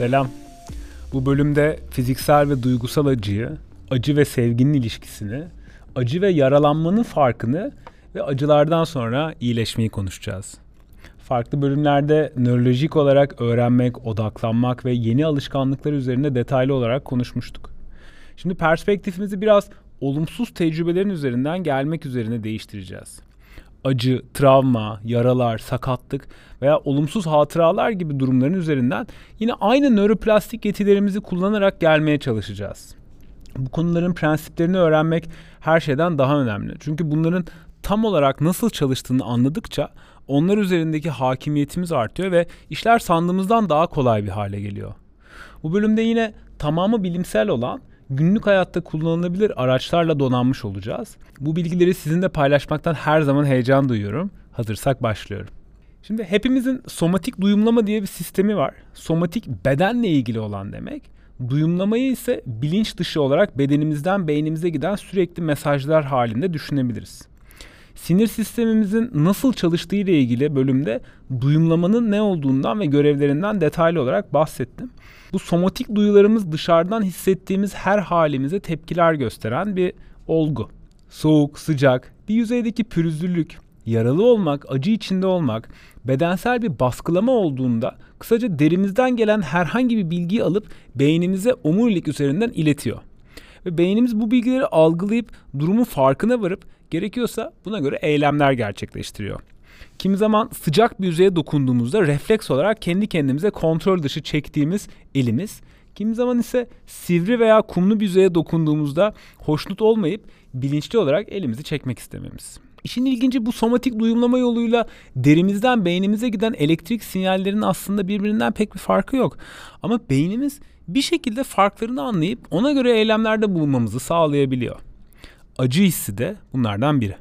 Selam. Bu bölümde fiziksel ve duygusal acıyı, acı ve sevginin ilişkisini, acı ve yaralanmanın farkını ve acılardan sonra iyileşmeyi konuşacağız. Farklı bölümlerde nörolojik olarak öğrenmek, odaklanmak ve yeni alışkanlıklar üzerine detaylı olarak konuşmuştuk. Şimdi perspektifimizi biraz olumsuz tecrübelerin üzerinden gelmek üzerine değiştireceğiz. Acı, travma, yaralar, sakatlık veya olumsuz hatıralar gibi durumların üzerinden yine aynı nöroplastik yetilerimizi kullanarak gelmeye çalışacağız. Bu konuların prensiplerini öğrenmek her şeyden daha önemli. Çünkü bunların tam olarak nasıl çalıştığını anladıkça onlar üzerindeki hakimiyetimiz artıyor ve işler sandığımızdan daha kolay bir hale geliyor. Bu bölümde yine tamamı bilimsel olan günlük hayatta kullanılabilir araçlarla donanmış olacağız. Bu bilgileri sizinle paylaşmaktan her zaman heyecan duyuyorum. Hazırsak başlıyorum. Şimdi hepimizin somatik duyumlama diye bir sistemi var. Somatik bedenle ilgili olan demek. Duyumlamayı ise bilinç dışı olarak bedenimizden beynimize giden sürekli mesajlar halinde düşünebiliriz. Sinir sistemimizin nasıl çalıştığı ile ilgili bölümde duyumlamanın ne olduğundan ve görevlerinden detaylı olarak bahsettim. Bu somatik duyularımız dışarıdan hissettiğimiz her halimize tepkiler gösteren bir olgu. Soğuk, sıcak, bir yüzeydeki pürüzlülük, yaralı olmak, acı içinde olmak, bedensel bir baskılama olduğunda kısaca derimizden gelen herhangi bir bilgiyi alıp beynimize omurilik üzerinden iletiyor. Ve beynimiz bu bilgileri algılayıp durumun farkına varıp gerekiyorsa buna göre eylemler gerçekleştiriyor. Kimi zaman sıcak bir yüzeye dokunduğumuzda refleks olarak kendi kendimize kontrol dışı çektiğimiz elimiz, kimi zaman ise sivri veya kumlu bir yüzeye dokunduğumuzda hoşnut olmayıp bilinçli olarak elimizi çekmek istememiz. İşin ilginci bu somatik duyumlama yoluyla derimizden beynimize giden elektrik sinyallerinin aslında birbirinden pek bir farkı yok. Ama beynimiz bir şekilde farklarını anlayıp ona göre eylemlerde bulunmamızı sağlayabiliyor. Acı hissi de bunlardan biri.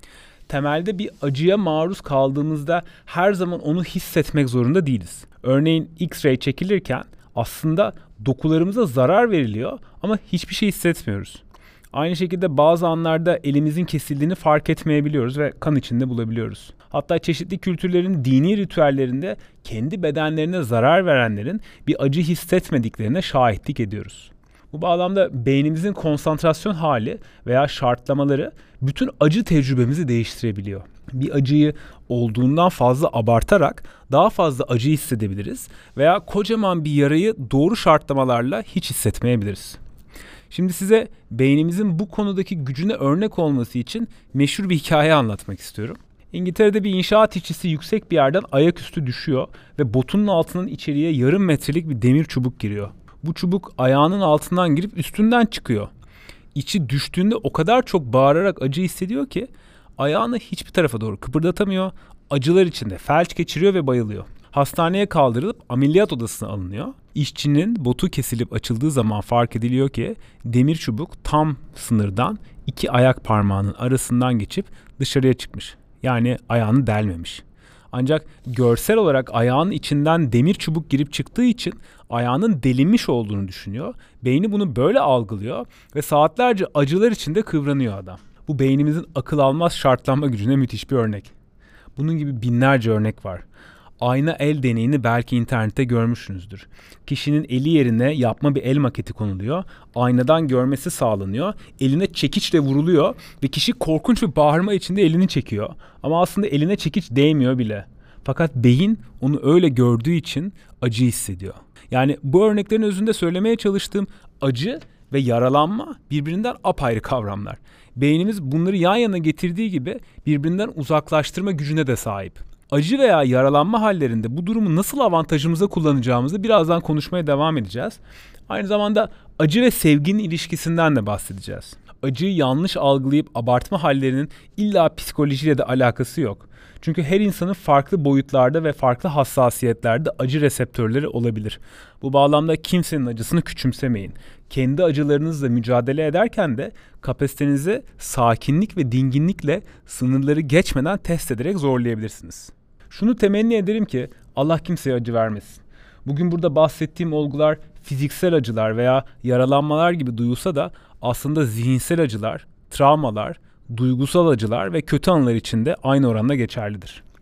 Temelde bir acıya maruz kaldığımızda her zaman onu hissetmek zorunda değiliz. Örneğin X-ray çekilirken aslında dokularımıza zarar veriliyor ama hiçbir şey hissetmiyoruz. Aynı şekilde bazı anlarda elimizin kesildiğini fark etmeyebiliyoruz ve kan içinde bulabiliyoruz. Hatta çeşitli kültürlerin dini ritüellerinde kendi bedenlerine zarar verenlerin bir acı hissetmediklerine şahitlik ediyoruz. Bu bağlamda beynimizin konsantrasyon hali veya şartlamaları bütün acı tecrübemizi değiştirebiliyor. Bir acıyı olduğundan fazla abartarak daha fazla acı hissedebiliriz veya kocaman bir yarayı doğru şartlamalarla hiç hissetmeyebiliriz. Şimdi size beynimizin bu konudaki gücüne örnek olması için meşhur bir hikaye anlatmak istiyorum. İngiltere'de bir inşaat işçisi yüksek bir yerden ayaküstü düşüyor ve botunun altından içeriye yarım metrelik bir demir çubuk giriyor. Bu çubuk ayağının altından girip üstünden çıkıyor. İçi düştüğünde o kadar çok bağırarak acı hissediyor ki ayağını hiçbir tarafa doğru kıpırdatamıyor. Acılar içinde felç geçiriyor ve bayılıyor. Hastaneye kaldırılıp ameliyat odasına alınıyor. İşçinin botu kesilip açıldığı zaman fark ediliyor ki demir çubuk tam sınırdan iki ayak parmağının arasından geçip dışarıya çıkmış. Yani ayağını delmemiş. Ancak görsel olarak ayağının içinden demir çubuk girip çıktığı için ayağının delinmiş olduğunu düşünüyor. Beyni bunu böyle algılıyor ve saatlerce acılar içinde kıvranıyor adam. Bu beynimizin akıl almaz şartlanma gücüne müthiş bir örnek. Bunun gibi binlerce örnek var. Ayna el deneyini belki internette görmüşsünüzdür. Kişinin eli yerine yapma bir el maketi konuluyor. Aynadan görmesi sağlanıyor. Eline çekiçle vuruluyor ve kişi korkunç bir bağırma içinde elini çekiyor. Ama aslında eline çekiç değmiyor bile. Fakat beyin onu öyle gördüğü için acı hissediyor. Yani bu örneklerin özünde söylemeye çalıştığım acı ve yaralanma birbirinden apayrı kavramlar. Beynimiz bunları yan yana getirdiği gibi birbirinden uzaklaştırma gücüne de sahip. Acı veya yaralanma hallerinde bu durumu nasıl avantajımıza kullanacağımızı birazdan konuşmaya devam edeceğiz. Aynı zamanda acı ve sevginin ilişkisinden de bahsedeceğiz. Acıyı yanlış algılayıp abartma hallerinin illa psikolojiyle de alakası yok. Çünkü her insanın farklı boyutlarda ve farklı hassasiyetlerde acı reseptörleri olabilir. Bu bağlamda kimsenin acısını küçümsemeyin. Kendi acılarınızla mücadele ederken de kapasitenizi sakinlik ve dinginlikle sınırları geçmeden test ederek zorlayabilirsiniz. Şunu temenni ederim ki Allah kimseye acı vermesin. Bugün burada bahsettiğim olgular fiziksel acılar veya yaralanmalar gibi duyulsa da aslında zihinsel acılar, travmalar, duygusal acılar ve kötü anılar için de aynı oranda geçerlidir.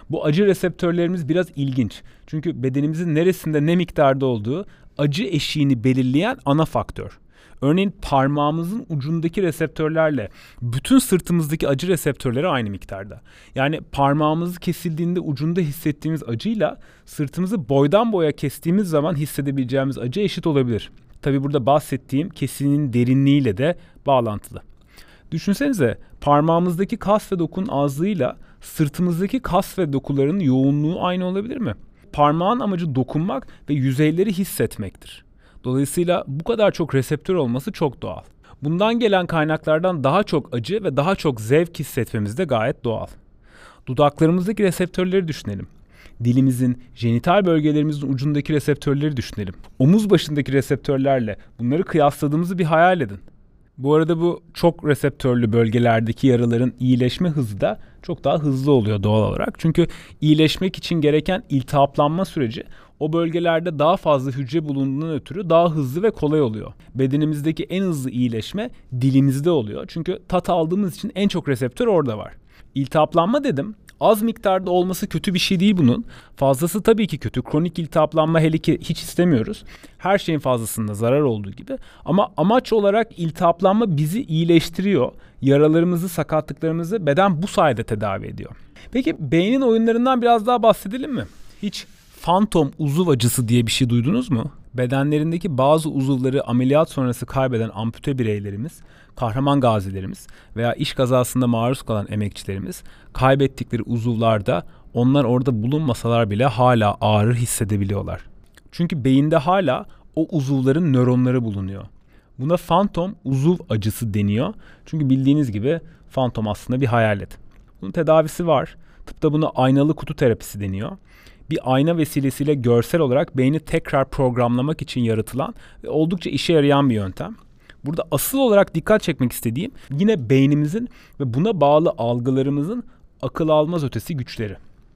Bu acı reseptörlerimiz biraz ilginç. Çünkü bedenimizin neresinde ne miktarda olduğu acı eşiğini belirleyen ana faktör. Örneğin parmağımızın ucundaki reseptörlerle bütün sırtımızdaki acı reseptörleri aynı miktarda. Yani parmağımız kesildiğinde ucunda hissettiğimiz acıyla sırtımızı boydan boya kestiğimiz zaman hissedebileceğimiz acı eşit olabilir. Tabii burada bahsettiğim kesinin derinliğiyle de bağlantılı. Düşünsenize, parmağımızdaki kas ve dokunun azlığıyla sırtımızdaki kas ve dokuların yoğunluğu aynı olabilir mi? Parmağın amacı dokunmak ve yüzeyleri hissetmektir. Dolayısıyla bu kadar çok reseptör olması çok doğal. Bundan gelen kaynaklardan daha çok acı ve daha çok zevk hissetmemiz de gayet doğal. Dudaklarımızdaki reseptörleri düşünelim. Dilimizin, jenital bölgelerimizin ucundaki reseptörleri düşünelim. Omuz başındaki reseptörlerle bunları kıyasladığımızı bir hayal edin. Bu arada bu çok reseptörlü bölgelerdeki yaraların iyileşme hızı da çok daha hızlı oluyor doğal olarak. Çünkü iyileşmek için gereken iltihaplanma süreci o bölgelerde daha fazla hücre bulunduğundan ötürü daha hızlı ve kolay oluyor. Bedenimizdeki en hızlı iyileşme dilimizde oluyor. Çünkü tat aldığımız için en çok reseptör orada var. İltihaplanma dedim. Az miktarda olması kötü bir şey değil bunun. Fazlası tabii ki kötü. Kronik iltihaplanma hele ki hiç istemiyoruz. Her şeyin fazlasında zarar olduğu gibi. Ama amaç olarak iltihaplanma bizi iyileştiriyor. Yaralarımızı, sakatlıklarımızı beden bu sayede tedavi ediyor. Peki beynin oyunlarından biraz daha bahsedelim mi? Hiç fantom uzuv acısı diye bir şey duydunuz mu? Bedenlerindeki bazı uzuvları ameliyat sonrası kaybeden ampute bireylerimiz, kahraman gazilerimiz veya iş kazasında maruz kalan emekçilerimiz kaybettikleri uzuvlarda onlar orada bulunmasalar bile hala ağrı hissedebiliyorlar. Çünkü beyinde hala o uzuvların nöronları bulunuyor. Buna fantom uzuv acısı deniyor. Çünkü bildiğiniz gibi fantom aslında bir hayalet. Bunun tedavisi var. Tıpta buna aynalı kutu terapisi deniyor. Bir ayna vesilesiyle görsel olarak beyni tekrar programlamak için yaratılan ve oldukça işe yarayan bir yöntem. Burada asıl olarak dikkat çekmek istediğim yine beynimizin ve buna bağlı algılarımızın akıl almaz ötesi güçleri.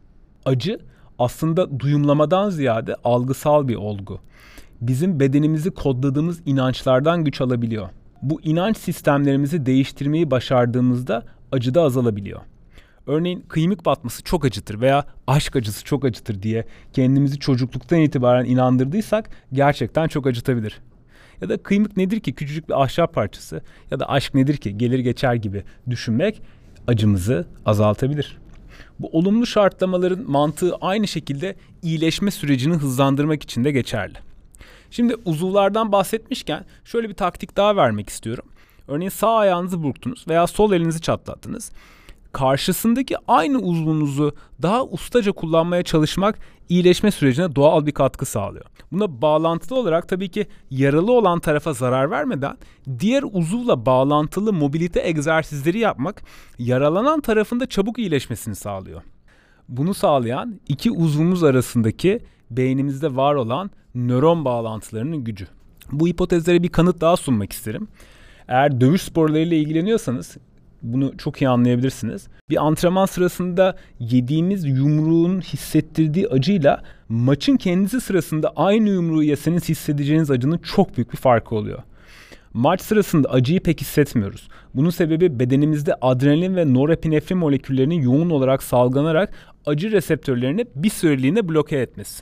Acı aslında duyumlamadan ziyade algısal bir olgu. Bizim bedenimizi kodladığımız inançlardan güç alabiliyor. Bu inanç sistemlerimizi değiştirmeyi başardığımızda acı da azalabiliyor. Örneğin kıymık batması çok acıtır veya aşk acısı çok acıtır diye kendimizi çocukluktan itibaren inandırdıysak gerçekten çok acıtabilir. Ya da kıymık nedir ki, küçücük bir ahşap parçası, ya da aşk nedir ki, gelir geçer gibi düşünmek acımızı azaltabilir. Bu olumlu şartlamaların mantığı aynı şekilde iyileşme sürecini hızlandırmak için de geçerli. Şimdi uzuvlardan bahsetmişken şöyle bir taktik daha vermek istiyorum. Örneğin sağ ayağınızı burktunuz veya sol elinizi çatlattınız. Karşısındaki aynı uzvunuzu daha ustaca kullanmaya çalışmak iyileşme sürecine doğal bir katkı sağlıyor. Buna bağlantılı olarak tabii ki yaralı olan tarafa zarar vermeden diğer uzuvla bağlantılı mobilite egzersizleri yapmak yaralanan tarafında çabuk iyileşmesini sağlıyor. Bunu sağlayan iki uzvumuz arasındaki beynimizde var olan nöron bağlantılarının gücü. Bu hipotezlere bir kanıt daha sunmak isterim. Eğer dövüş sporlarıyla ilgileniyorsanız bunu çok iyi anlayabilirsiniz. Bir antrenman sırasında yediğimiz yumruğun hissettirdiği acıyla maçın kendisi sırasında aynı yumruğu yeseniz hissedeceğiniz acının çok büyük bir farkı oluyor. Maç sırasında acıyı pek hissetmiyoruz. Bunun sebebi bedenimizde adrenalin ve norepinefrin moleküllerinin yoğun olarak salgılanarak acı reseptörlerini bir süreliğine bloke etmesi.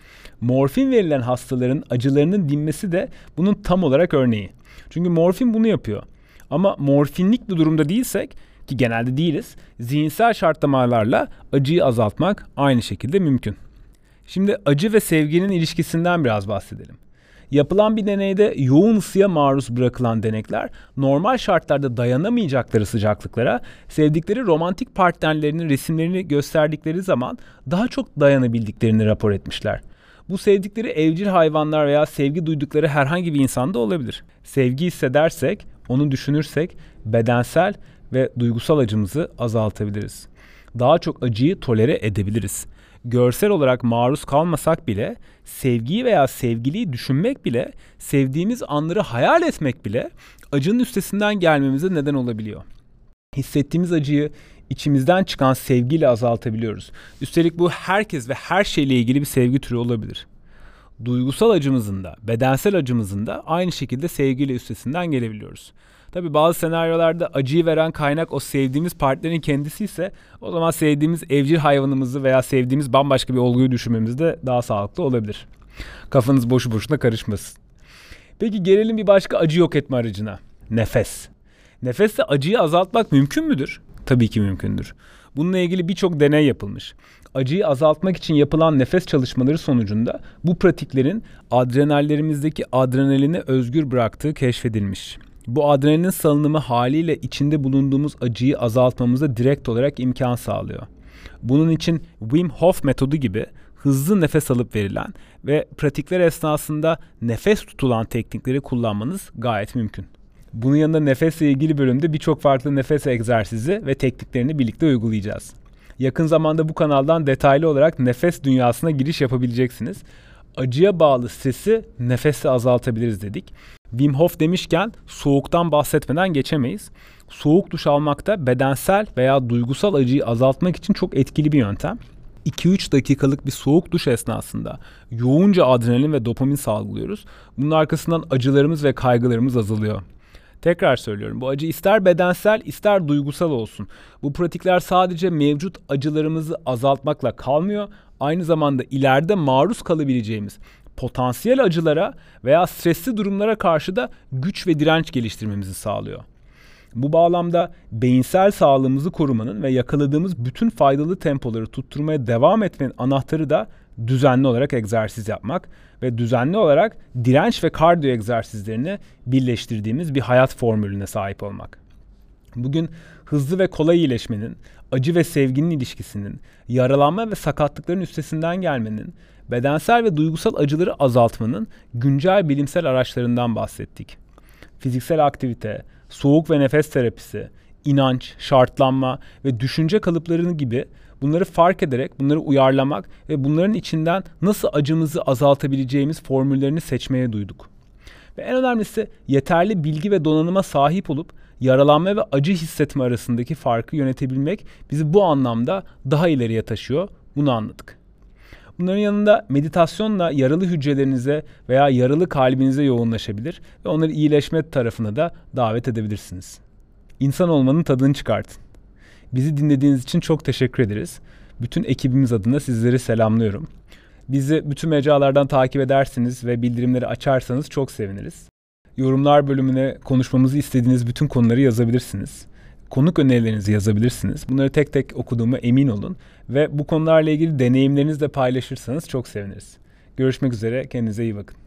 Morfin verilen hastaların acılarının dinmesi de bunun tam olarak örneği. Çünkü morfin bunu yapıyor. Ama morfinlik bir durumda değilsek, ki genelde değiliz, zihinsel şartlamalarla acıyı azaltmak aynı şekilde mümkün. Şimdi acı ve sevginin ilişkisinden biraz bahsedelim. Yapılan bir deneyde yoğun ısıya maruz bırakılan denekler normal şartlarda dayanamayacakları sıcaklıklara sevdikleri romantik partnerlerinin resimlerini gösterdikleri zaman daha çok dayanabildiklerini rapor etmişler. Bu sevdikleri evcil hayvanlar veya sevgi duydukları herhangi bir insanda olabilir. Sevgi hissedersek, onu düşünürsek bedensel ve duygusal acımızı azaltabiliriz. Daha çok acıyı tolere edebiliriz. Görsel olarak maruz kalmasak bile, sevgiyi veya sevgiliyi düşünmek bile, sevdiğimiz anları hayal etmek bile acının üstesinden gelmemize neden olabiliyor. Hissettiğimiz acıyı içimizden çıkan sevgiyle azaltabiliyoruz. Üstelik bu herkes ve her şeyle ilgili bir sevgi türü olabilir. duygusal acımızın da, bedensel acımızın da aynı şekilde sevgiyle üstesinden gelebiliyoruz. Tabii bazı senaryolarda acıyı veren kaynak o sevdiğimiz partnerin kendisi ise o zaman sevdiğimiz evcil hayvanımızı veya sevdiğimiz bambaşka bir olguyu düşünmemiz de daha sağlıklı olabilir. Kafanız boşu boşuna karışmasın. Peki gelelim bir başka acı yok etme aracına. Nefes. Nefesle acıyı azaltmak mümkün müdür? Tabii ki mümkündür. Bununla ilgili birçok deney yapılmış. Acıyı azaltmak için yapılan nefes çalışmaları sonucunda bu pratiklerin adrenallerimizdeki adrenalini özgür bıraktığı keşfedilmiş. Bu adrenalin salınımı haliyle içinde bulunduğumuz acıyı azaltmamıza direkt olarak imkan sağlıyor. Bunun için Wim Hof metodu gibi hızlı nefes alıp verilen ve pratikler esnasında nefes tutulan teknikleri kullanmanız gayet mümkün. Bunun yanında nefesle ilgili bölümde birçok farklı nefes egzersizi ve tekniklerini birlikte uygulayacağız. Yakın zamanda bu kanaldan detaylı olarak nefes dünyasına giriş yapabileceksiniz. Acıya bağlı stresi nefesle azaltabiliriz dedik. Wim Hof demişken soğuktan bahsetmeden geçemeyiz. Soğuk duş almak da bedensel veya duygusal acıyı azaltmak için çok etkili bir yöntem. 2-3 dakikalık bir soğuk duş esnasında yoğunca adrenalin ve dopamin salgılıyoruz. Bunun arkasından acılarımız ve kaygılarımız azalıyor. Tekrar söylüyorum, bu acı ister bedensel ister duygusal olsun. Bu pratikler sadece mevcut acılarımızı azaltmakla kalmıyor, aynı zamanda ileride maruz kalabileceğimiz potansiyel acılara veya stresli durumlara karşı da güç ve direnç geliştirmemizi sağlıyor. Bu bağlamda beyinsel sağlığımızı korumanın ve yakaladığımız bütün faydalı tempoları tutturmaya devam etmenin anahtarı da düzenli olarak egzersiz yapmak ve düzenli olarak direnç ve kardiyo egzersizlerini birleştirdiğimiz bir hayat formülüne sahip olmak. Bugün hızlı ve kolay iyileşmenin, acı ve sevginin ilişkisinin, yaralanma ve sakatlıkların üstesinden gelmenin, bedensel ve duygusal acıları azaltmanın güncel bilimsel araçlarından bahsettik. Fiziksel aktivite, soğuk ve nefes terapisi, inanç, şartlanma ve düşünce kalıplarını gibi bunları fark ederek, bunları uyarlamak ve bunların içinden nasıl acımızı azaltabileceğimiz formüllerini seçmeye duyduk. Ve en önemlisi yeterli bilgi ve donanıma sahip olup yaralanma ve acı hissetme arasındaki farkı yönetebilmek bizi bu anlamda daha ileriye taşıyor. Bunu anladık. Bunların yanında meditasyonla yaralı hücrelerinize veya yaralı kalbinize yoğunlaşabilir ve onları iyileşme tarafına da davet edebilirsiniz. İnsan olmanın tadını çıkartın. Bizi dinlediğiniz için çok teşekkür ederiz. Bütün ekibimiz adına sizleri selamlıyorum. Bizi bütün mecralardan takip edersiniz ve bildirimleri açarsanız çok seviniriz. Yorumlar bölümüne konuşmamızı istediğiniz bütün konuları yazabilirsiniz. Konuk önerilerinizi yazabilirsiniz. Bunları tek tek okuduğuma emin olun. Ve bu konularla ilgili deneyimlerinizi de paylaşırsanız çok seviniriz. Görüşmek üzere, kendinize iyi bakın.